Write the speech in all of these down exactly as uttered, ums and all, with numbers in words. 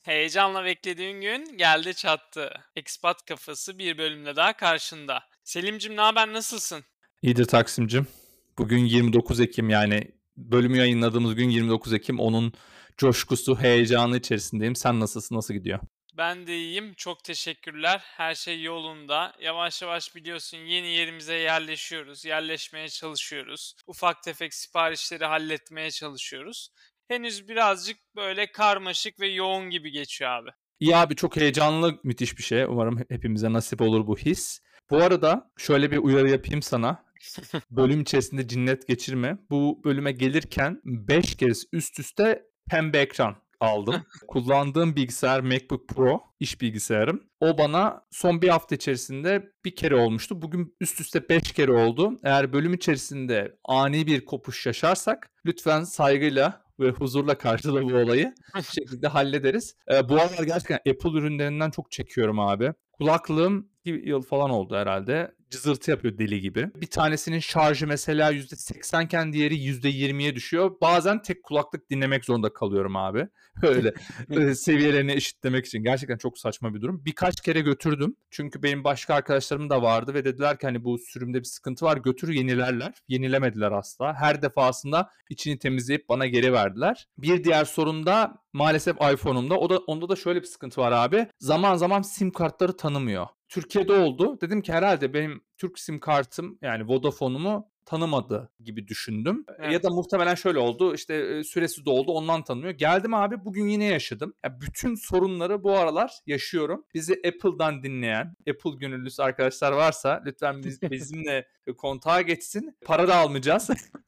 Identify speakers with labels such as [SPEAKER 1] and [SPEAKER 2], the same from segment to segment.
[SPEAKER 1] Heyecanla beklediğin gün geldi çattı. Expat Kafası bir bölümle daha karşında. Selimcim ne haber, nasılsın?
[SPEAKER 2] İyidir Taksim'cim. Bugün yirmi dokuz Ekim, yani bölümü yayınladığımız gün yirmi dokuz Ekim. Onun coşkusu, heyecanı içerisindeyim. Sen nasılsın? Nasıl gidiyor?
[SPEAKER 1] Ben de iyiyim. Çok teşekkürler. Her şey yolunda. Yavaş yavaş biliyorsun yeni yerimize yerleşiyoruz. Yerleşmeye çalışıyoruz. Ufak tefek siparişleri halletmeye çalışıyoruz. Henüz birazcık böyle karmaşık ve yoğun gibi geçiyor abi.
[SPEAKER 2] İyi abi, çok heyecanlı, müthiş bir şey. Umarım hepimize nasip olur bu his. Bu arada şöyle bir uyarı yapayım sana. Bölüm içerisinde cinnet geçirme. Bu bölüme gelirken beş kez üst üste pembe ekran aldım. Kullandığım bilgisayar MacBook Pro, iş bilgisayarım. O bana son bir hafta içerisinde bir kere olmuştu. Bugün üst üste beş kere oldu. Eğer bölüm içerisinde ani bir kopuş yaşarsak lütfen saygıyla ve huzurla karşıla bu olayı. Bir şekilde hallederiz. Ee, bu aralar gerçekten Apple ürünlerinden çok çekiyorum abi. Kulaklığım bir yıl falan oldu herhalde. Cızırtı yapıyor deli gibi. Bir tanesinin şarjı mesela yüzde seksen iken diğeri yüzde yirmiye düşüyor. Bazen tek kulaklık dinlemek zorunda kalıyorum abi. Öyle e, seviyelerini eşitlemek için. Gerçekten çok saçma bir durum. Birkaç kere götürdüm. Çünkü benim başka arkadaşlarım da vardı ve dediler ki hani bu sürümde bir sıkıntı var, götür yenilerler. Yenilemediler asla. Her defasında içini temizleyip bana geri verdiler. Bir diğer sorun da maalesef iPhone'umda. O da onda da şöyle bir sıkıntı var abi. Zaman zaman sim kartları tanımıyor. Türkiye'de oldu. Dedim ki herhalde benim Türk sim kartım, yani Vodafone'umu tanımadı gibi düşündüm. E, Ya da
[SPEAKER 1] Evet.
[SPEAKER 2] muhtemelen şöyle oldu. İşte e, süresi doldu, ondan tanımıyor. Geldim abi, bugün yine yaşadım. Ya bütün sorunları bu aralar yaşıyorum. Bizi Apple'dan dinleyen, Apple gönüllüsü arkadaşlar varsa lütfen biz, bizimle kontağa geçsin. Para da almayacağız.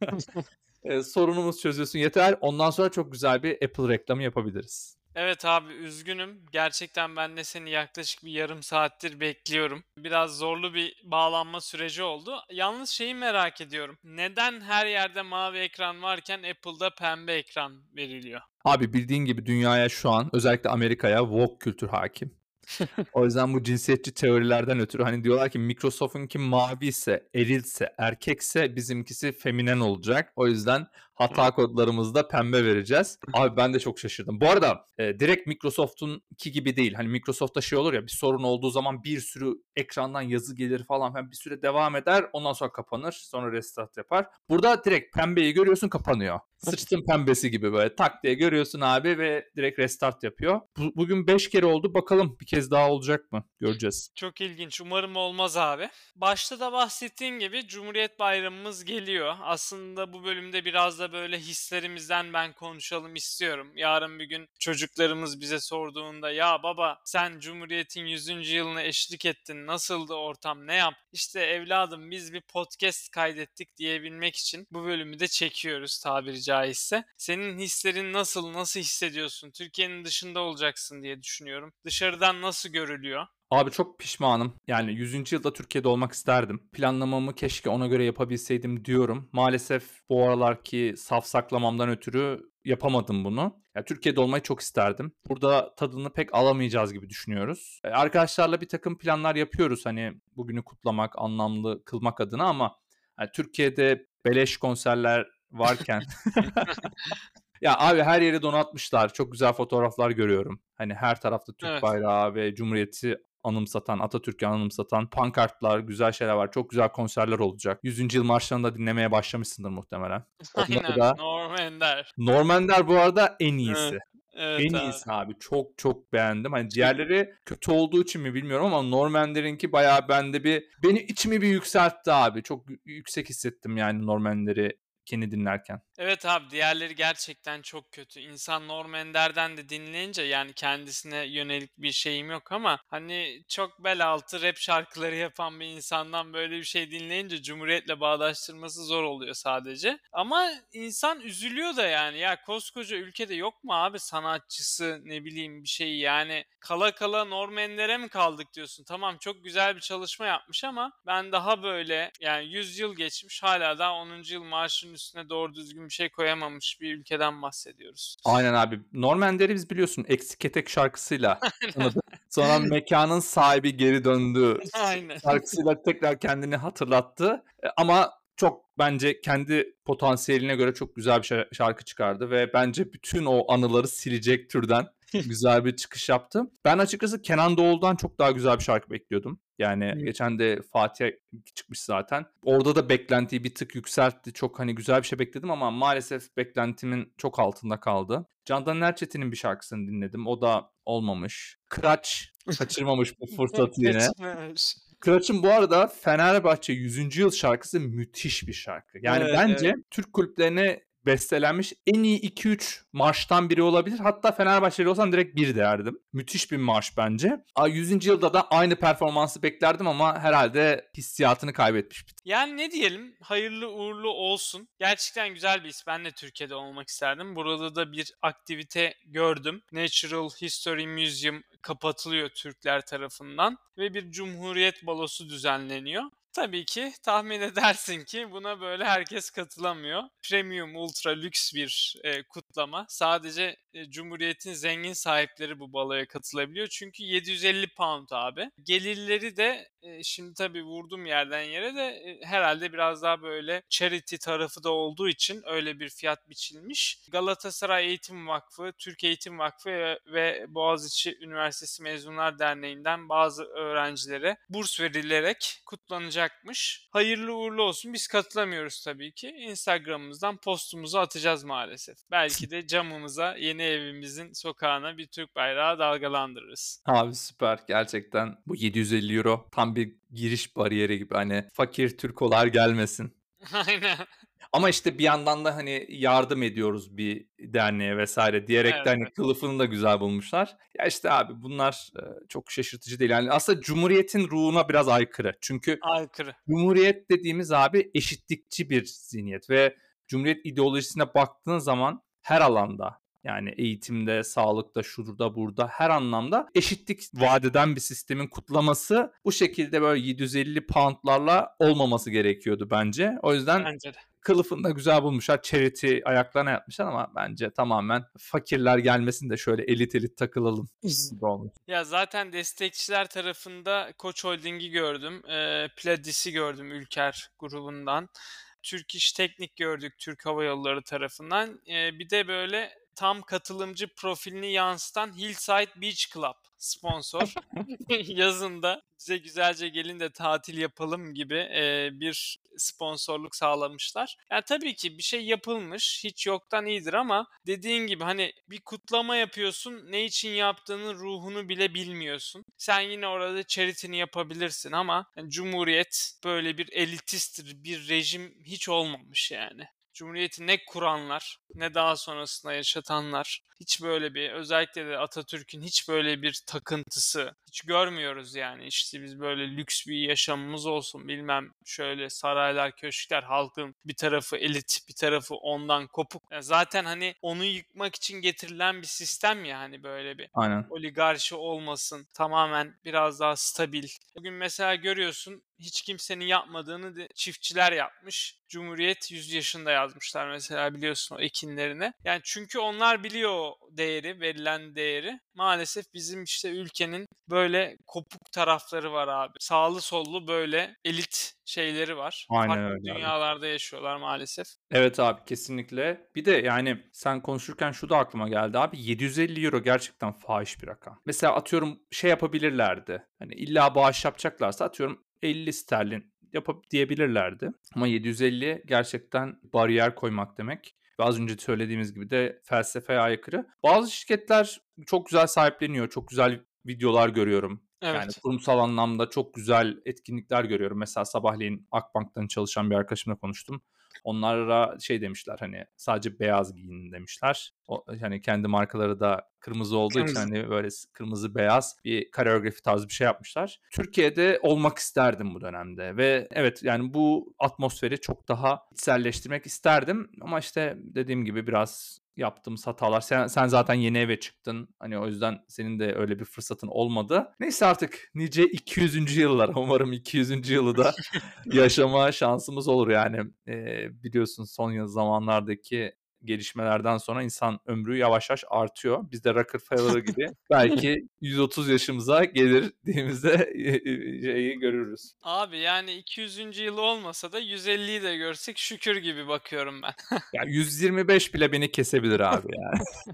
[SPEAKER 2] E, sorunumuz çözülsün yeter. Ondan sonra çok güzel bir Apple reklamı yapabiliriz.
[SPEAKER 1] Evet abi, üzgünüm. Gerçekten ben de seni yaklaşık bir yarım saattir bekliyorum. Biraz zorlu bir bağlanma süreci oldu. Yalnız şeyi merak ediyorum. Neden her yerde mavi ekran varken Apple'da pembe ekran veriliyor?
[SPEAKER 2] Abi bildiğin gibi dünyaya şu an, özellikle Amerika'ya woke kültür hakim. O yüzden bu cinsiyetçi teorilerden ötürü hani diyorlar ki Microsoft'unki mavi ise, erilse, erkekse bizimkisi feminen olacak. O yüzden hata kodlarımızda pembe vereceğiz. Abi ben de çok şaşırdım. Bu arada e, direkt Microsoft'unki gibi değil. Hani Microsoft'ta şey olur ya, bir sorun olduğu zaman bir sürü ekrandan yazı gelir falan. Yani bir süre devam eder, ondan sonra kapanır. Sonra restart yapar. Burada direkt pembeyi görüyorsun, kapanıyor. Sıçtın pembesi gibi böyle tak diye görüyorsun abi ve direkt restart yapıyor. Bu, bugün beş kere oldu. Bakalım bir kez daha olacak mı? Göreceğiz.
[SPEAKER 1] Çok ilginç. Umarım olmaz abi. Başta da bahsettiğin gibi Cumhuriyet Bayramımız geliyor. Aslında bu bölümde biraz da böyle hislerimizden ben konuşalım istiyorum. Yarın bir gün çocuklarımız bize sorduğunda ya baba sen Cumhuriyet'in yüzüncü yılına eşlik ettin. Nasıldı ortam? Ne yap? İşte evladım biz bir podcast kaydettik diyebilmek için bu bölümü de çekiyoruz tabiri caizse. Senin hislerin nasıl? Nasıl hissediyorsun? Türkiye'nin dışında olacaksın diye düşünüyorum. Dışarıdan nasıl görülüyor?
[SPEAKER 2] Abi çok pişmanım. Yani yüzüncü yılda Türkiye'de olmak isterdim. Planlamamı keşke ona göre yapabilseydim diyorum. Maalesef bu aralarki safsaklamamdan ötürü yapamadım bunu. Ya Türkiye'de olmayı çok isterdim. Burada tadını pek alamayacağız gibi düşünüyoruz. E, arkadaşlarla bir takım planlar yapıyoruz hani bugünü kutlamak, anlamlı kılmak adına ama yani Türkiye'de beleş konserler varken ya abi her yeri donatmışlar. Çok güzel fotoğraflar görüyorum. Hani her tarafta Türk
[SPEAKER 1] Evet.
[SPEAKER 2] bayrağı ve Cumhuriyeti anımsatan, Atatürk'ü anımsatan pankartlar, güzel şeyler var. Çok güzel konserler olacak. yüzüncü yıl marşlarını da dinlemeye başlamışsındır muhtemelen. Onları
[SPEAKER 1] Aynen.
[SPEAKER 2] da
[SPEAKER 1] Norm Ender.
[SPEAKER 2] Norm bu arada en
[SPEAKER 1] Evet.
[SPEAKER 2] iyisi. En
[SPEAKER 1] Evet abi.
[SPEAKER 2] iyisi abi. Çok çok beğendim. Hani diğerleri kötü olduğu için mi bilmiyorum ama Norm Ender'inki bayağı bende bir beni içimi bir yükseltti abi. Çok y- yüksek hissettim yani Norm Ender'i kendi dinlerken.
[SPEAKER 1] Evet abi, diğerleri gerçekten çok kötü. İnsan Norm Ender'den de dinleyince yani kendisine yönelik bir şeyim yok ama hani çok bel altı rap şarkıları yapan bir insandan böyle bir şey dinleyince Cumhuriyet'le bağdaştırması zor oluyor sadece. Ama insan üzülüyor da yani ya koskoca ülkede yok mu abi sanatçısı ne bileyim bir şey yani kala kala Norm Ender'e mi kaldık diyorsun. Tamam çok güzel bir çalışma yapmış ama ben daha böyle yani yüz yıl geçmiş hala daha onuncu yıl marşının üstüne doğru düzgün bir şey koyamamış bir ülkeden bahsediyoruz.
[SPEAKER 2] Aynen abi. Norm Ender'i biz biliyorsun Eksik Etek şarkısıyla tanıdık. Sonra Mekanın Sahibi Geri Döndü
[SPEAKER 1] Aynen.
[SPEAKER 2] şarkısıyla tekrar kendini hatırlattı. E, Ama çok bence kendi potansiyeline göre çok güzel bir şa- şarkı çıkardı ve bence bütün o anıları silecek türden güzel bir çıkış yaptı. Ben açıkçası Kenan Doğulu'dan çok daha güzel bir şarkı bekliyordum. Yani
[SPEAKER 1] Hı.
[SPEAKER 2] geçen de Fatih'e çıkmış zaten. Orada da beklentiyi bir tık yükseltti. Çok hani güzel bir şey bekledim ama maalesef beklentimin çok altında kaldı. Candan Erçetin'in bir şarkısını dinledim. O da olmamış. Kıraç kaçırmamış bu fırsatı yine.
[SPEAKER 1] Kaçmış.
[SPEAKER 2] Kıraç'ın bu arada Fenerbahçe yüzüncü yıl şarkısı müthiş bir şarkı. Yani
[SPEAKER 1] Evet,
[SPEAKER 2] bence
[SPEAKER 1] evet.
[SPEAKER 2] Türk kulüplerine bestelenmiş en iyi iki üç marştan biri olabilir. Hatta Fenerbahçeli olsam direkt bir derdim. Müthiş bir marş bence. A, yüzüncü yılda da aynı performansı beklerdim ama herhalde hissiyatını kaybetmiş bir tık.
[SPEAKER 1] Yani ne diyelim, hayırlı uğurlu olsun. Gerçekten güzel bir iş. Ben de Türkiye'de olmak isterdim. Burada da bir aktivite gördüm. Natural History Museum kapatılıyor Türkler tarafından ve bir Cumhuriyet Balosu düzenleniyor. Tabii ki tahmin edersin ki buna böyle herkes katılamıyor. Premium, ultra lüks bir e, kutlama. Sadece e, Cumhuriyet'in zengin sahipleri bu baloya katılabiliyor. Çünkü yedi yüz elli pound abi. Gelirleri de e, şimdi tabii vurdum yerden yere de e, herhalde biraz daha böyle charity tarafı da olduğu için öyle bir fiyat biçilmiş. Galatasaray Eğitim Vakfı, Türk Eğitim Vakfı ve, ve Boğaziçi Üniversitesi Mezunlar Derneği'nden bazı öğrencilere burs verilerek kutlanacakmış. Hayırlı uğurlu olsun. Biz katılamıyoruz tabii ki. Instagram'ımızdan postumuzu atacağız maalesef. Belki de camımıza, yeni evimizin sokağına bir Türk bayrağı dalgalandırırız.
[SPEAKER 2] Abi süper. Gerçekten bu yedi yüz elli euro tam bir giriş bariyeri gibi. Hani fakir Türkolar gelmesin.
[SPEAKER 1] Aynen.
[SPEAKER 2] Ama işte bir yandan da hani yardım ediyoruz bir derneğe vesaire diyerek de
[SPEAKER 1] Evet,
[SPEAKER 2] hani
[SPEAKER 1] evet.
[SPEAKER 2] kılıfını da güzel bulmuşlar. Ya işte abi bunlar e, çok şaşırtıcı değil. Yani aslında Cumhuriyet'in ruhuna biraz aykırı. Çünkü
[SPEAKER 1] Aykırı.
[SPEAKER 2] Cumhuriyet dediğimiz abi eşitlikçi bir zihniyet ve Cumhuriyet ideolojisine baktığın zaman her alanda yani eğitimde, sağlıkta, şurada, burada her anlamda eşitlik vaat eden bir sistemin kutlaması bu şekilde böyle yedi yüz elli poundlarla olmaması gerekiyordu bence. O yüzden
[SPEAKER 1] Bence de.
[SPEAKER 2] kılıfını da güzel bulmuşlar. Charity ayaklarına yatmışlar ama bence tamamen fakirler gelmesin de şöyle elit elit takılalım gibi olmuş.
[SPEAKER 1] Ya zaten destekçiler tarafında Koç Holding'i gördüm. E, Pladis'i gördüm Ülker grubundan. Türk İş Teknik gördük Türk Hava Yolları tarafından. E, bir de böyle tam katılımcı profilini yansıtan Hillside Beach Club sponsor. Yazında bize güzelce gelin de tatil yapalım gibi e, bir sponsorluk sağlamışlar. Yani tabii ki bir şey yapılmış, hiç yoktan iyidir ama dediğin gibi hani bir kutlama yapıyorsun, ne için yaptığının ruhunu bile bilmiyorsun. Sen yine orada charity'ni yapabilirsin ama yani Cumhuriyet böyle bir elitisttir, bir rejim hiç olmamış yani. Cumhuriyeti ne kuranlar ne daha sonrasında yaşatanlar hiç böyle bir, özellikle de Atatürk'ün hiç böyle bir takıntısı hiç görmüyoruz yani. İşte biz böyle lüks bir yaşamımız olsun, bilmem şöyle saraylar, köşkler, halkın bir tarafı elit bir tarafı ondan kopuk. Ya zaten hani onu yıkmak için getirilen bir sistem ya, hani böyle bir
[SPEAKER 2] Aynen.
[SPEAKER 1] oligarşi olmasın, tamamen biraz daha stabil. Bugün mesela görüyorsun hiç kimsenin yapmadığını de çiftçiler yapmış. Cumhuriyet yüz yaşında yazmışlar mesela, biliyorsun o ekinlerine. Yani çünkü onlar biliyor o değeri, verilen değeri. Maalesef bizim işte ülkenin böyle kopuk tarafları var abi. Sağlı sollu böyle elit şeyleri var.
[SPEAKER 2] Aynen
[SPEAKER 1] Farklı
[SPEAKER 2] öyle abi.
[SPEAKER 1] dünyalarda yaşıyorlar maalesef.
[SPEAKER 2] Evet abi kesinlikle. Bir de yani sen konuşurken şu da aklıma geldi abi. yedi yüz elli euro gerçekten fahiş bir rakam. Mesela atıyorum şey yapabilirlerdi. Hani illa bağış yapacaklarsa atıyorum elli sterlin yapıp diyebilirlerdi. Ama yedi yüz elli gerçekten bariyer koymak demek. Ve az önce söylediğimiz gibi de felsefeye aykırı. Bazı şirketler çok güzel sahipleniyor. Çok güzel videolar görüyorum. Yani
[SPEAKER 1] Evet.
[SPEAKER 2] kurumsal anlamda çok güzel etkinlikler görüyorum. Mesela sabahleyin Akbank'tan çalışan bir arkadaşımla konuştum. Onlara şey demişler, hani sadece beyaz giyinin demişler. O, hani kendi markaları da kırmızı olduğu için
[SPEAKER 1] Kırmızı.
[SPEAKER 2] hani böyle kırmızı beyaz bir koreografi tarzı bir şey yapmışlar. Türkiye'de olmak isterdim bu dönemde ve evet yani bu atmosferi çok daha içselleştirmek isterdim ama işte dediğim gibi biraz yaptığımız hatalar. Sen, sen zaten yeni eve çıktın. Hani o yüzden senin de öyle bir fırsatın olmadı. Neyse artık nice iki yüzüncü yıllar. Umarım iki yüzüncü yılı da yaşama şansımız olur yani. Ee, biliyorsun son yıl zamanlardaki gelişmelerden sonra insan ömrü yavaş yavaş artıyor. Biz de Rockefeller gibi belki yüz otuz yaşımıza gelir diğimizde şeyi görürüz.
[SPEAKER 1] Abi yani iki yüzüncü yıl olmasa da yüz elliyi de görsek şükür gibi bakıyorum ben.
[SPEAKER 2] Ya yüz yirmi beş bile beni kesebilir abi yani.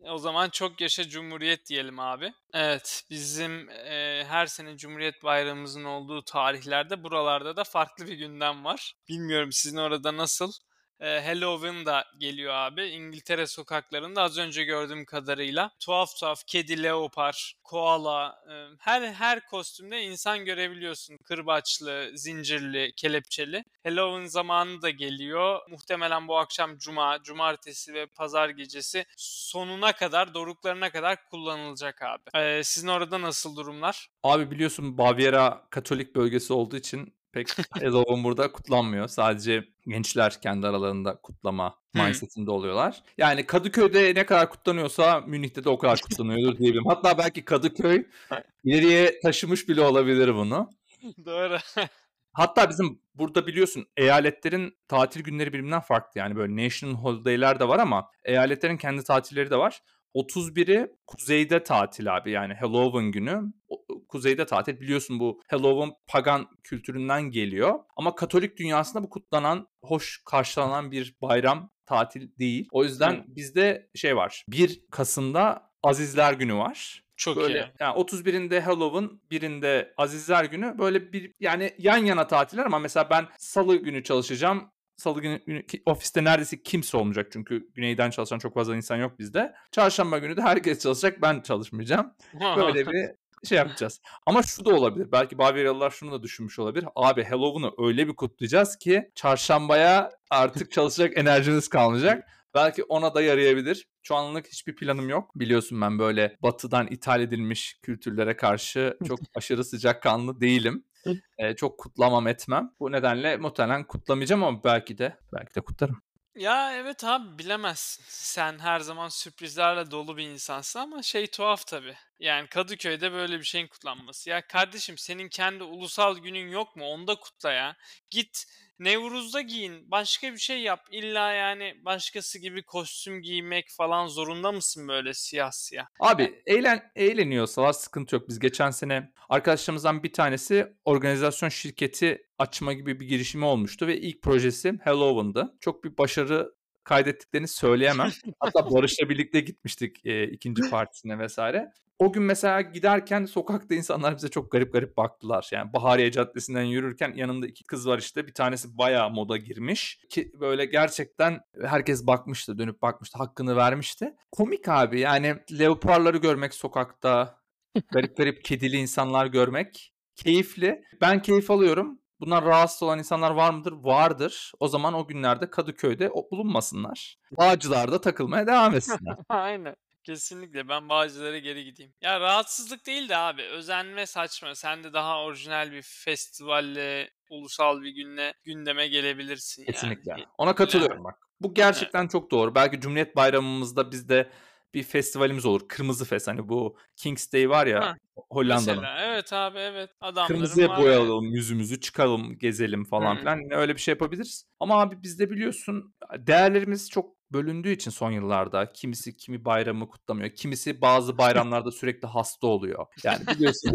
[SPEAKER 1] O zaman çok yaşa Cumhuriyet diyelim abi. Evet, bizim, eee, her sene Cumhuriyet Bayramımızın olduğu tarihlerde buralarda da farklı bir gündem var. Bilmiyorum sizin orada nasıl? Eee, Halloween da geliyor abi. İngiltere sokaklarında az önce gördüğüm kadarıyla tuhaf tuhaf kedi, leopar, koala, emm, her her kostümde insan görebiliyorsun. Kırbaçlı, zincirli, kelepçeli. Halloween zamanı da geliyor. Muhtemelen bu akşam cuma, cumartesi ve pazar gecesi sonuna kadar, doruklarına kadar kullanılacak abi. Eee, sizin orada nasıl durumlar?
[SPEAKER 2] Abi biliyorsun Bavyera Katolik bölgesi olduğu için pek Halloween burada kutlanmıyor. Sadece gençler kendi aralarında kutlama
[SPEAKER 1] Hımm.
[SPEAKER 2] mindset'inde oluyorlar. Yani Kadıköy'de ne kadar kutlanıyorsa Münih'te de o kadar kutlanıyordur diyebilirim. Hatta belki Kadıköy ileriye taşımış bile olabilir bunu.
[SPEAKER 1] Doğru.
[SPEAKER 2] Hatta bizim burada biliyorsun eyaletlerin tatil günleri birbirinden farklı. Yani böyle national holiday'ler de var ama eyaletlerin kendi tatilleri de var. otuz biri kuzeyde tatil abi, yani Halloween günü. O- Kuzeyde tatil, biliyorsun bu Halloween pagan kültüründen geliyor. Ama Katolik dünyasında bu kutlanan, hoş karşılanan bir bayram, tatil değil. O
[SPEAKER 1] Hımm.
[SPEAKER 2] yüzden bizde şey var. bir Kasım'da Azizler Günü var.
[SPEAKER 1] Çok iyi.
[SPEAKER 2] Böyle yani otuz birinde Halloween, birinde Azizler Günü, böyle bir yani yan yana tatiller ama mesela ben Salı günü çalışacağım. Salı günü, günü ki- ofiste neredeyse kimse olmayacak çünkü güneyden çalışan çok fazla insan yok bizde. Çarşamba günü de herkes çalışacak, ben çalışmayacağım. Böyle bir şey yapacağız. Ama şu da olabilir. Belki Bavyalılar şunu da düşünmüş olabilir. Abi Halloween'ı öyle bir kutlayacağız ki çarşambaya artık çalışacak enerjiniz kalmayacak. Belki ona da yarayabilir. Şu anlık hiçbir planım yok. Biliyorsun ben böyle batıdan ithal edilmiş kültürlere karşı çok aşırı sıcakkanlı değilim. Eee, çok kutlamam etmem. Bu nedenle muhtemelen kutlamayacağım ama belki de belki de kutlarım.
[SPEAKER 1] Ya, evet abi, bilemezsin. Sen her zaman sürprizlerle dolu bir insansın ama şey tuhaf tabii. Yani Kadıköy'de böyle bir şeyin kutlanması. Ya kardeşim senin kendi ulusal günün yok mu? Onu da kutla ya. Git Nevruz'da giyin, başka bir şey yap. İlla yani başkası gibi kostüm giymek falan zorunda mısın böyle siyah siyah? Ya,
[SPEAKER 2] Abi eğlen eğleniyorsalar sıkıntı yok. Biz geçen sene arkadaşlarımızdan bir tanesi organizasyon şirketi açma gibi bir girişimi olmuştu ve ilk projesi Halloween'dı. Çok bir başarı kaydettiklerini söyleyemem. Hatta Barış'la birlikte gitmiştik, eee, ikinci partisine vesaire. O gün mesela giderken sokakta insanlar bize çok garip garip baktılar. Yani Bahariye Caddesi'nden yürürken yanımda iki kız var işte. Bir tanesi bayağı moda girmiş ki böyle gerçekten herkes bakmıştı, dönüp bakmıştı, hakkını vermişti. Komik abi, yani leoparları görmek sokakta, garip garip kedili insanlar görmek keyifli. Ben keyif alıyorum. Bundan rahatsız olan insanlar var mıdır? Vardır. O zaman o günlerde Kadıköy'de o bulunmasınlar. Bağcılar'da takılmaya devam etsinler.
[SPEAKER 1] aynen. Kesinlikle ben Bağcılar'a geri gideyim. Ya rahatsızlık değil de abi özenme saçma. Sen de daha orijinal bir festivalle, ulusal bir günle gündeme gelebilirsin yani.
[SPEAKER 2] Kesinlikle.
[SPEAKER 1] İ
[SPEAKER 2] Ona
[SPEAKER 1] illa
[SPEAKER 2] katılıyorum bak. Bu
[SPEAKER 1] Evet.
[SPEAKER 2] gerçekten çok doğru. Belki Cumhuriyet Bayramımızda bizde bir festivalimiz olur. Kırmızı Fest. Hani bu King's Day var ya,
[SPEAKER 1] Hah,
[SPEAKER 2] Hollanda'nın.
[SPEAKER 1] mesela evet abi evet. Adamların
[SPEAKER 2] Kırmızıya
[SPEAKER 1] var yani.
[SPEAKER 2] boyayalım yüzümüzü, çıkalım, gezelim falan
[SPEAKER 1] Hı.
[SPEAKER 2] filan. Yine öyle bir şey yapabiliriz. Ama abi bizde biliyorsun değerlerimiz çok bölündüğü için son yıllarda kimisi kimi bayramı kutlamıyor. Kimisi bazı bayramlarda sürekli hasta oluyor. Yani biliyorsun.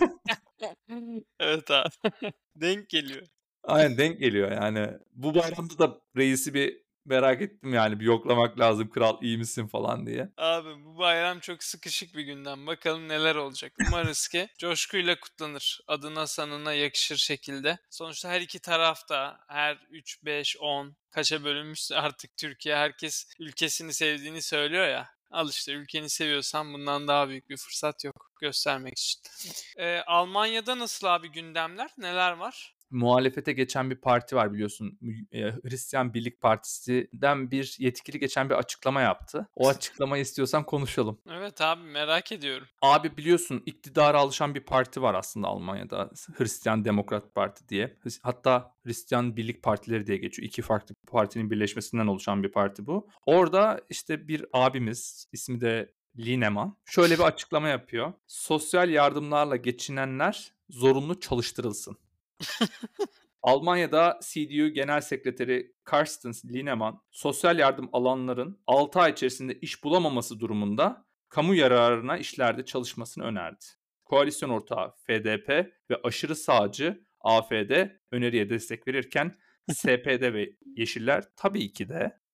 [SPEAKER 1] Evet abi. Denk geliyor.
[SPEAKER 2] Aynen denk geliyor yani. Bu bayramda da reisi bir merak ettim, yani bir yoklamak lazım. Kral iyi misin falan diye.
[SPEAKER 1] Abi bu bayram çok sıkışık bir günden. Bakalım neler olacak. Umarız ki coşkuyla kutlanır. Adına sanına yakışır şekilde. Sonuçta her iki tarafta her üç, beş, on kaça bölünmüşse artık Türkiye herkes ülkesini sevdiğini söylüyor ya. Al işte ülkeni seviyorsan bundan daha büyük bir fırsat yok göstermek için. Ee, Almanya'da nasıl abi gündemler? Neler var?
[SPEAKER 2] Muhalefete geçen bir parti var biliyorsun. Eee, Hristiyan Birlik Partisi'den bir yetkili geçen bir açıklama yaptı. O açıklamayı istiyorsan konuşalım.
[SPEAKER 1] Evet abi merak ediyorum.
[SPEAKER 2] Abi biliyorsun iktidara alışan bir parti var aslında Almanya'da. Hristiyan Demokrat Parti diye. Hris- Hatta Hristiyan Birlik Partileri diye geçiyor. İki farklı partinin birleşmesinden oluşan bir parti bu. Orada işte bir abimiz, ismi de Lineman, şöyle bir açıklama yapıyor. Sosyal yardımlarla geçinenler zorunlu çalıştırılsın. Almanya'da C D U Genel Sekreteri Carsten Linnemann, sosyal yardım alanların altı ay içerisinde iş bulamaması durumunda kamu yararına işlerde çalışmasını önerdi. Koalisyon ortağı F D P ve aşırı sağcı A F D öneriye destek verirken S P D ve Yeşiller tabii ki de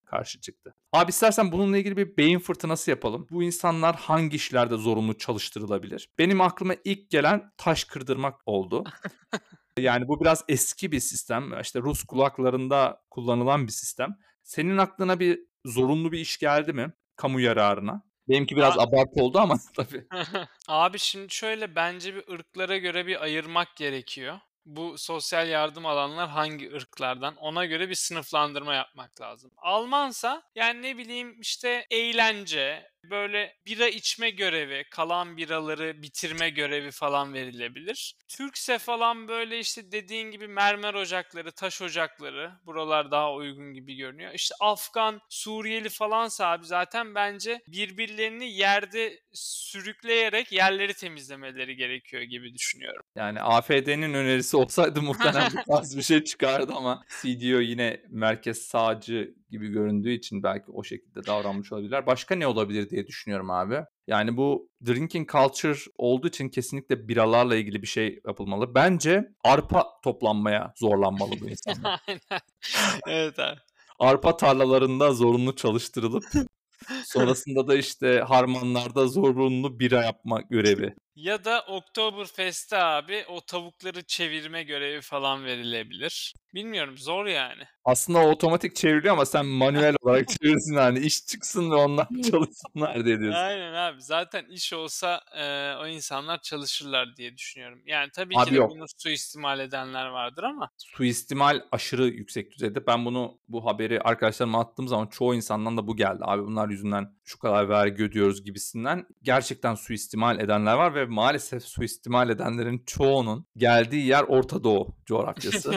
[SPEAKER 2] karşı çıktı. Abi istersen bununla ilgili bir beyin fırtınası yapalım. Bu insanlar hangi işlerde zorunlu çalıştırılabilir? Benim aklıma ilk gelen taş kırdırmak oldu. Yani bu biraz eski bir sistem. İşte Rus kulaklarında kullanılan bir sistem. Senin aklına bir zorunlu bir iş geldi mi? Kamu yararına. Benimki biraz
[SPEAKER 1] A
[SPEAKER 2] abartı oldu ama tabii.
[SPEAKER 1] Abi şimdi şöyle, bence bir ırklara göre bir ayırmak gerekiyor. Bu sosyal yardım alanlar hangi ırklardan? Ona göre bir sınıflandırma yapmak lazım. Almansa yani ne bileyim işte eğlence, böyle bira içme görevi, kalan biraları bitirme görevi falan verilebilir. Türkse falan böyle işte dediğin gibi mermer ocakları, taş ocakları, buralar daha uygun gibi görünüyor. İşte Afgan, Suriyeli falansa abi zaten bence birbirlerini yerde sürükleyerek yerleri temizlemeleri gerekiyor gibi düşünüyorum.
[SPEAKER 2] Yani A F D'nin önerisi olsaydı muhtemelen bu tarz bir şey çıkardı ama C D O yine merkez sağcı gibi göründüğü için belki o şekilde davranmış olabilirler. Başka ne olabilir diye düşünüyorum abi. Yani bu drinking culture olduğu için kesinlikle biralarla ilgili bir şey yapılmalı. Bence arpa toplanmaya zorlanmalı bu insanlar.
[SPEAKER 1] Aynen. Evet abi.
[SPEAKER 2] Arpa tarlalarında zorunlu çalıştırılıp sonrasında da işte harmanlarda zorunlu bira yapma görevi.
[SPEAKER 1] Ya da Oktoberfest'te abi o tavukları çevirme görevi falan verilebilir. Bilmiyorum, zor yani.
[SPEAKER 2] Aslında o otomatik çevriliyor ama sen manuel olarak çevirsin hani iş çıksın ve onlar çalışsınlar diye diyorsun.
[SPEAKER 1] Aynen abi. Zaten iş olsa eee, o insanlar çalışırlar diye düşünüyorum. Yani tabii ki
[SPEAKER 2] Abi
[SPEAKER 1] de
[SPEAKER 2] yok.
[SPEAKER 1] bunu suistimal edenler vardır ama.
[SPEAKER 2] Suistimal aşırı yüksek düzeyde. Ben bunu bu haberi arkadaşlarıma attığım zaman çoğu insandan da bu geldi. Abi bunlar yüzünden şu kadar vergi ödüyoruz gibisinden. Gerçekten suistimal edenler var ve maalesef suistimal edenlerin çoğunun geldiği yer Orta Doğu coğrafyası.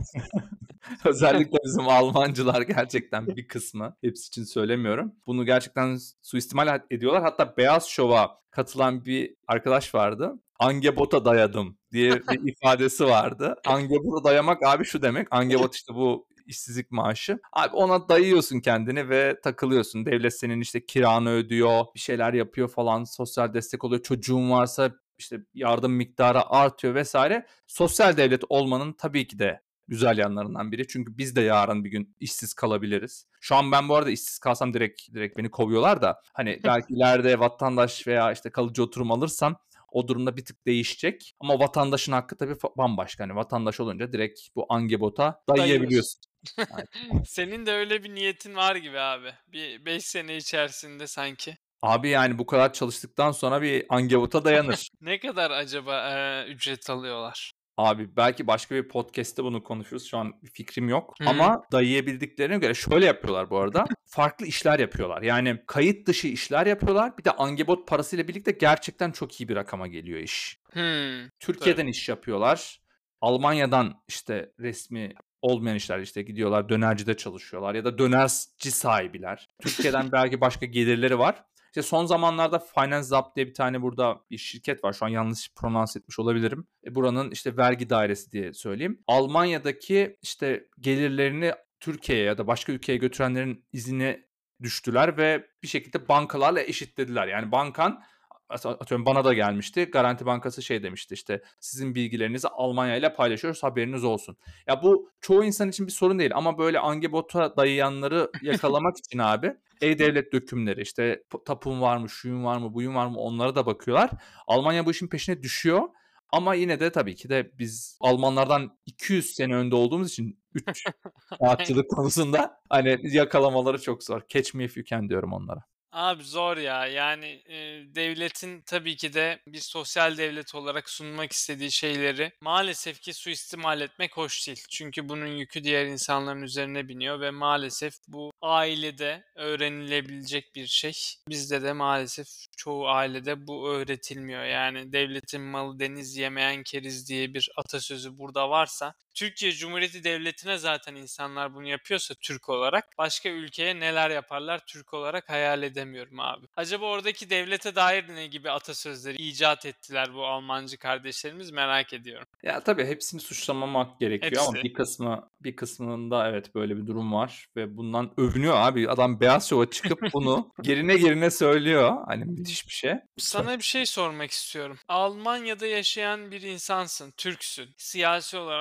[SPEAKER 2] Özellikle bizim Almancılar gerçekten bir kısmı, hepsi için söylemiyorum. Bunu gerçekten suistimal ediyorlar. Hatta Beyaz Şov'a katılan bir arkadaş vardı. Angebot'a dayadım diye bir ifadesi vardı. Angebot'a dayamak abi şu demek. Angebot işte bu işsizlik maaşı. Abi ona dayıyorsun kendini ve takılıyorsun. Devlet senin işte kiranı ödüyor, bir şeyler yapıyor falan, sosyal destek oluyor. Çocuğun varsa işte yardım miktarı artıyor vesaire. Sosyal devlet olmanın tabii ki de güzel yanlarından biri. Çünkü biz de yarın bir gün işsiz kalabiliriz. Şu an ben bu arada işsiz kalsam direkt direkt beni kovuyorlar da hani belki ileride vatandaş veya işte kalıcı oturum alırsam o durumda bir tık değişecek. Ama vatandaşın hakkı tabii bambaşka. Hani vatandaş olunca direkt bu angebota
[SPEAKER 1] Dayıyorsun.
[SPEAKER 2] dayayabiliyorsun. Aynen.
[SPEAKER 1] Senin de öyle bir niyetin var gibi abi. Bir beş sene içerisinde sanki.
[SPEAKER 2] Abi yani bu kadar çalıştıktan sonra bir angebota dayanır.
[SPEAKER 1] Ne kadar acaba eee, ücret alıyorlar?
[SPEAKER 2] Abi belki başka bir podcast'te bunu konuşuruz. Şu an bir fikrim yok.
[SPEAKER 1] Hı hı.
[SPEAKER 2] Ama dayayabildiklerine göre şöyle yapıyorlar bu arada. Farklı işler yapıyorlar. Yani kayıt dışı işler yapıyorlar. Bir de angebot parasıyla birlikte gerçekten çok iyi bir rakama geliyor iş.
[SPEAKER 1] Hımm. Süper.
[SPEAKER 2] Türkiye'den iş yapıyorlar. Almanya'dan işte resmi olmayan işler işte gidiyorlar dönercide çalışıyorlar ya da dönerci sahibiler. Türkiye'den belki başka gelirleri var. İşte son zamanlarda Finance Zap diye bir tane burada bir şirket var. Şu an yanlış pronans etmiş olabilirim. E, buranın işte vergi dairesi diye söyleyeyim. Almanya'daki işte gelirlerini Türkiye'ye ya da başka ülkeye götürenlerin izine düştüler ve bir şekilde bankalarla eşitlediler. Yani bankan atıyorum bana da gelmişti. Garanti Bankası şey demişti işte sizin bilgilerinizi Almanya ile paylaşıyoruz haberiniz olsun. Ya bu çoğu insan için bir sorun değil ama böyle angebota dayayanları yakalamak için abi e-devlet dökümleri işte tapun var mı, şuyun var mı, buyun var mı onlara da bakıyorlar. Almanya bu işin peşine düşüyor. Ama yine de tabii ki de biz Almanlardan iki yüz sene önde olduğumuz için üç kağıtçılık konusunda hani yakalamaları çok zor. Catch me if you can diyorum onlara.
[SPEAKER 1] Abi zor ya. Yani, eee, devletin tabii ki de bir sosyal devlet olarak sunmak istediği şeyleri maalesef ki suistimal etmek hoş değil. Çünkü bunun yükü diğer insanların üzerine biniyor ve maalesef bu ailede öğrenilebilecek bir şey. Bizde de maalesef çoğu ailede bu öğretilmiyor. Yani devletin malı deniz yemeyen keriz diye bir atasözü burada varsa, Türkiye Cumhuriyeti Devleti'ne zaten insanlar bunu yapıyorsa Türk olarak, başka ülkeye neler yaparlar Türk olarak hayal edemiyorum abi. Acaba oradaki devlete dair ne gibi atasözleri icat ettiler bu Almancı kardeşlerimiz, merak ediyorum.
[SPEAKER 2] Ya tabii hepsini suçlamamak gerekiyor ama
[SPEAKER 1] Hepsi.
[SPEAKER 2] bir kısmı bir kısmında evet böyle bir durum var ve bundan övünüyor abi. Adam Beyaz Şov'a çıkıp bunu gerine gerine söylüyor. Hani müthiş bir şey. Sö-
[SPEAKER 1] Sana bir şey sormak istiyorum. Almanya'da yaşayan bir insansın, Türksün. Siyasi olarak bütün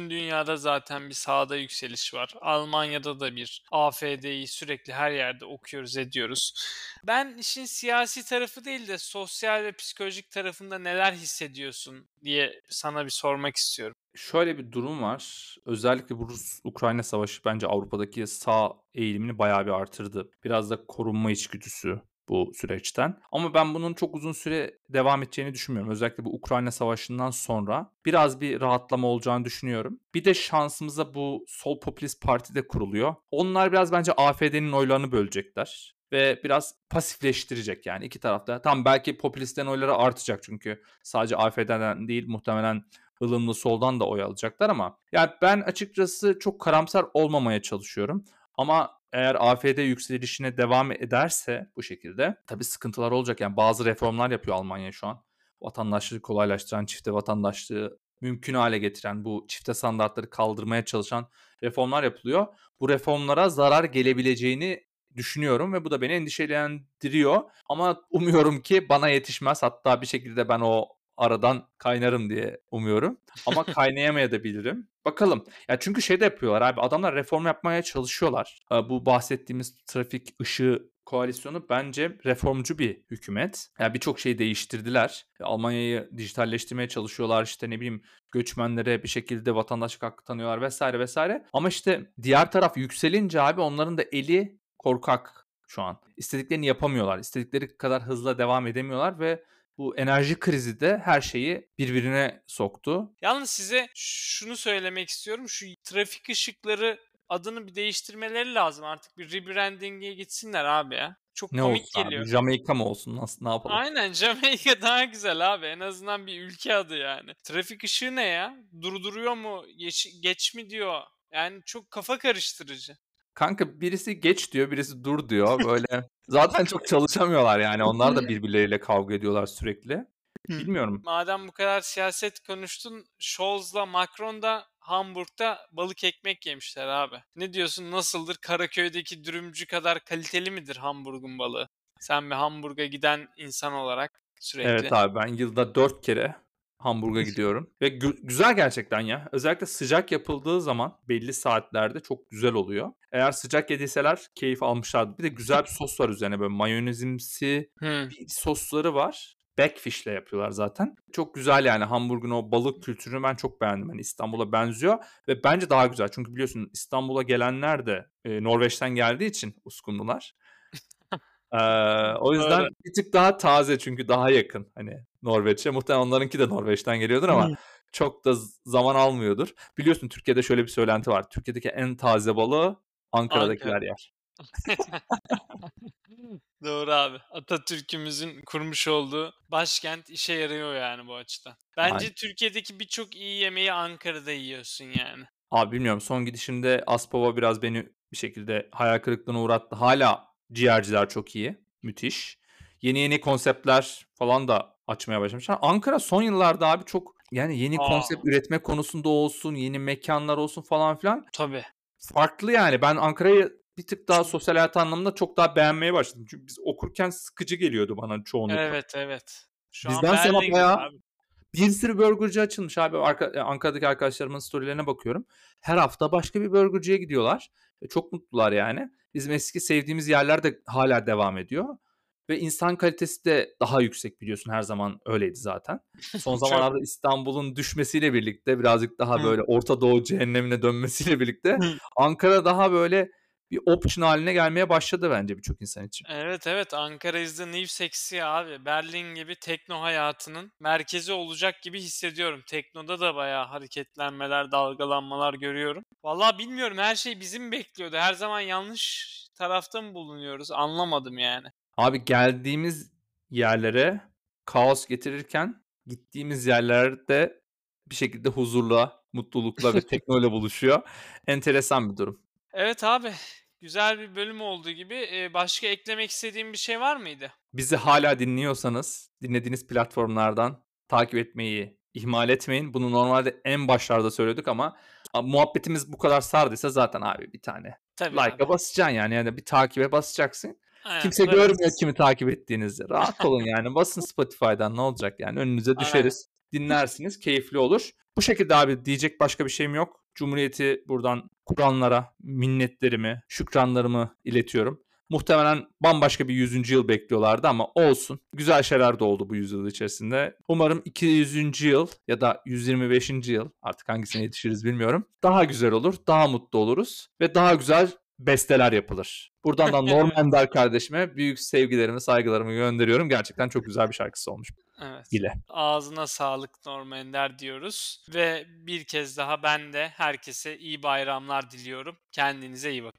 [SPEAKER 1] bütün dünyada zaten bir sağda yükseliş var. Almanya'da da bir A F D'yi sürekli her yerde okuyoruz, ediyoruz. Ben işin siyasi tarafı değil de sosyal ve psikolojik tarafında neler hissediyorsun diye sana bir sormak istiyorum.
[SPEAKER 2] Şöyle bir durum var. Özellikle bu Rus-Ukrayna savaşı bence Avrupa'daki sağ eğilimini bayağı bir artırdı. Biraz da korunma içgüdüsü bu süreçten. Ama ben bunun çok uzun süre devam edeceğini düşünmüyorum. Özellikle bu Ukrayna Savaşı'ndan sonra biraz bir rahatlama olacağını düşünüyorum. Bir de şansımıza bu sol popülist parti de kuruluyor. Onlar biraz bence A F D'nin oylarını bölecekler. Ve biraz pasifleştirecek yani iki tarafta. Tam belki popülistlerin oyları artacak çünkü sadece A F D'den değil muhtemelen ılımlı soldan da oy alacaklar ama yani ben açıkçası çok karamsar olmamaya çalışıyorum. Ama eğer A F D yükselişine devam ederse bu şekilde tabii sıkıntılar olacak. Yani bazı reformlar yapıyor Almanya şu an. Vatandaşlığı kolaylaştıran, çifte vatandaşlığı mümkün hale getiren, bu çifte standartları kaldırmaya çalışan reformlar yapılıyor. Bu reformlara zarar gelebileceğini düşünüyorum ve bu da beni endişelendiriyor. Ama umuyorum ki bana yetişmez. Hatta bir şekilde ben o aradan kaynarım diye umuyorum. Ama kaynayamayabilirim. Bakalım. Ya çünkü şey de yapıyorlar abi. Adamlar reform yapmaya çalışıyorlar. Ee, Bu bahsettiğimiz trafik ışığı koalisyonu bence reformcu bir hükümet. Yani birçok şeyi değiştirdiler. Almanya'yı dijitalleştirmeye çalışıyorlar. İşte ne bileyim göçmenlere bir şekilde vatandaşlık hakkı tanıyorlar vesaire vesaire. Ama işte diğer taraf yükselince abi onların da eli korkak şu an. İstediklerini yapamıyorlar. İstedikleri kadar hızla devam edemiyorlar ve bu enerji krizi de her şeyi birbirine soktu.
[SPEAKER 1] Yalnız size şunu söylemek istiyorum. Şu trafik ışıkları adını bir değiştirmeleri lazım. Artık bir rebranding'e gitsinler abi ya. Çok
[SPEAKER 2] Ne
[SPEAKER 1] komik
[SPEAKER 2] olsun abi?
[SPEAKER 1] geliyor.
[SPEAKER 2] Jamaika mı olsun? Nasıl, ne yapalım?
[SPEAKER 1] Aynen, Jamaika daha güzel abi. En azından bir ülke adı yani. Trafik ışığı ne ya? Durduruyor mu? Geç, geç mi diyor? Yani çok kafa karıştırıcı.
[SPEAKER 2] Kanka birisi geç diyor, birisi dur diyor. Böyle zaten çok çalışamıyorlar yani. Onlar da birbirleriyle kavga ediyorlar sürekli. Bilmiyorum.
[SPEAKER 1] Madem bu kadar siyaset konuştun, Scholz'la Macron da Hamburg'da balık ekmek yemişler abi. Ne diyorsun, nasıldır? Karaköy'deki dürümcü kadar kaliteli midir Hamburg'un balığı? Sen bir Hamburg'a giden insan olarak
[SPEAKER 2] Evet
[SPEAKER 1] sürekli.
[SPEAKER 2] abi ben yılda dört kere Hamburg'a gidiyorum. Ve gü- güzel gerçekten ya. Özellikle sıcak yapıldığı zaman belli saatlerde çok güzel oluyor. Eğer sıcak yediyseler keyif almışlardı. Bir de güzel bir sos var üzerine böyle mayonezimsi
[SPEAKER 1] Hı.
[SPEAKER 2] bir sosları var. Backfish'le yapıyorlar zaten. Çok güzel yani Hamburg'un o balık kültürünü ben çok beğendim. Yani İstanbul'a benziyor ve bence daha güzel. Çünkü biliyorsun İstanbul'a gelenler de e, Norveç'ten geldiği için Uskumrular. Ee, o yüzden
[SPEAKER 1] Doğru.
[SPEAKER 2] bir tık daha taze çünkü daha yakın hani Norveç'e. Muhtemelen onlarınki de Norveç'ten geliyordur ama çok da z- zaman almıyordur. Biliyorsun Türkiye'de şöyle bir söylenti var. Türkiye'deki en taze balığı
[SPEAKER 1] Ankara.
[SPEAKER 2] Ankara'dakiler yer.
[SPEAKER 1] Doğru abi. Atatürk'ümüzün kurmuş olduğu başkent işe yarıyor yani bu açıdan.
[SPEAKER 2] Aynen.
[SPEAKER 1] Bence Türkiye'deki birçok iyi yemeği Ankara'da yiyorsun yani.
[SPEAKER 2] Abi bilmiyorum son gidişimde Aspava biraz beni bir şekilde hayal kırıklığına uğrattı. Hala ciğerciler çok iyi. Müthiş. Yeni yeni konseptler falan da açmaya başlamışlar. Ankara son yıllarda abi çok yani yeni konsept
[SPEAKER 1] Aa,
[SPEAKER 2] üretme konusunda olsun, yeni mekanlar olsun falan filan
[SPEAKER 1] tabii.
[SPEAKER 2] farklı yani. Ben Ankara'yı bir tık daha sosyal hayat anlamında çok daha beğenmeye başladım. Çünkü biz okurken sıkıcı geliyordu bana çoğunlukla.
[SPEAKER 1] Evet, evet. Şu an
[SPEAKER 2] Bizden sonra
[SPEAKER 1] Berlin gibi
[SPEAKER 2] bayağı
[SPEAKER 1] abi.
[SPEAKER 2] bir sürü burgerci açılmış abi. Arka- Ankara'daki arkadaşlarımın storylerine bakıyorum. Her hafta başka bir burgerciye gidiyorlar. Ve çok mutlular yani. Bizim eski sevdiğimiz yerler de hala devam ediyor. Ve insan kalitesi de daha yüksek biliyorsun. Her zaman öyleydi zaten. Son
[SPEAKER 1] Çok.
[SPEAKER 2] zamanlarda İstanbul'un düşmesiyle birlikte birazcık daha
[SPEAKER 1] Hı.
[SPEAKER 2] böyle Orta Doğu cehennemine dönmesiyle birlikte
[SPEAKER 1] Hı.
[SPEAKER 2] Ankara daha böyle bir option haline gelmeye başladı bence birçok insan için.
[SPEAKER 1] Evet, evet, Ankara is the new sexy abi. Berlin gibi tekno hayatının merkezi olacak gibi hissediyorum. Teknoda da bayağı hareketlenmeler, dalgalanmalar görüyorum. Vallahi bilmiyorum, her şey bizim bekliyordu. Her zaman yanlış tarafta mı bulunuyoruz? Anlamadım yani.
[SPEAKER 2] Abi geldiğimiz yerlere kaos getirirken gittiğimiz yerlerde bir şekilde huzurla, mutlulukla ve teknoyla buluşuyor. Enteresan bir durum.
[SPEAKER 1] Evet abi, güzel bir bölüm olduğu gibi. Eee, başka eklemek istediğin bir şey var mıydı?
[SPEAKER 2] Bizi hala dinliyorsanız dinlediğiniz platformlardan takip etmeyi ihmal etmeyin. Bunu normalde en başlarda söyledik ama a- muhabbetimiz bu kadar sardıysa zaten abi bir tane
[SPEAKER 1] Tabii abi.
[SPEAKER 2] like'a basacaksın yani. Yani bir takibe basacaksın.
[SPEAKER 1] Aynen,
[SPEAKER 2] Kimse görmüyor
[SPEAKER 1] parasız.
[SPEAKER 2] kimi takip ettiğinizi. Rahat olun yani. Basın Spotify'dan ne olacak yani önünüze
[SPEAKER 1] Aynen.
[SPEAKER 2] düşeriz. dinlersiniz. Keyifli olur. Bu şekilde abi diyecek başka bir şeyim yok. Cumhuriyeti buradan kuranlara minnetlerimi, şükranlarımı iletiyorum. Muhtemelen bambaşka bir yüzüncü yıl bekliyorlardı ama olsun. Güzel şeyler de oldu bu yüzyıl içerisinde. Umarım iki yüzüncü yıl ya da yüz yirmi beşinci yıl artık hangisine yetişiriz bilmiyorum. Daha güzel olur, daha mutlu oluruz ve daha güzel besteler yapılır. Buradan da Norm
[SPEAKER 1] Evet.
[SPEAKER 2] Ender kardeşime büyük sevgilerimi, saygılarımı gönderiyorum. Gerçekten çok güzel bir şarkısı olmuş.
[SPEAKER 1] Evet.
[SPEAKER 2] Ile.
[SPEAKER 1] Ağzına sağlık Norm Ender diyoruz ve bir kez daha ben de herkese iyi bayramlar diliyorum. Kendinize iyi bakın.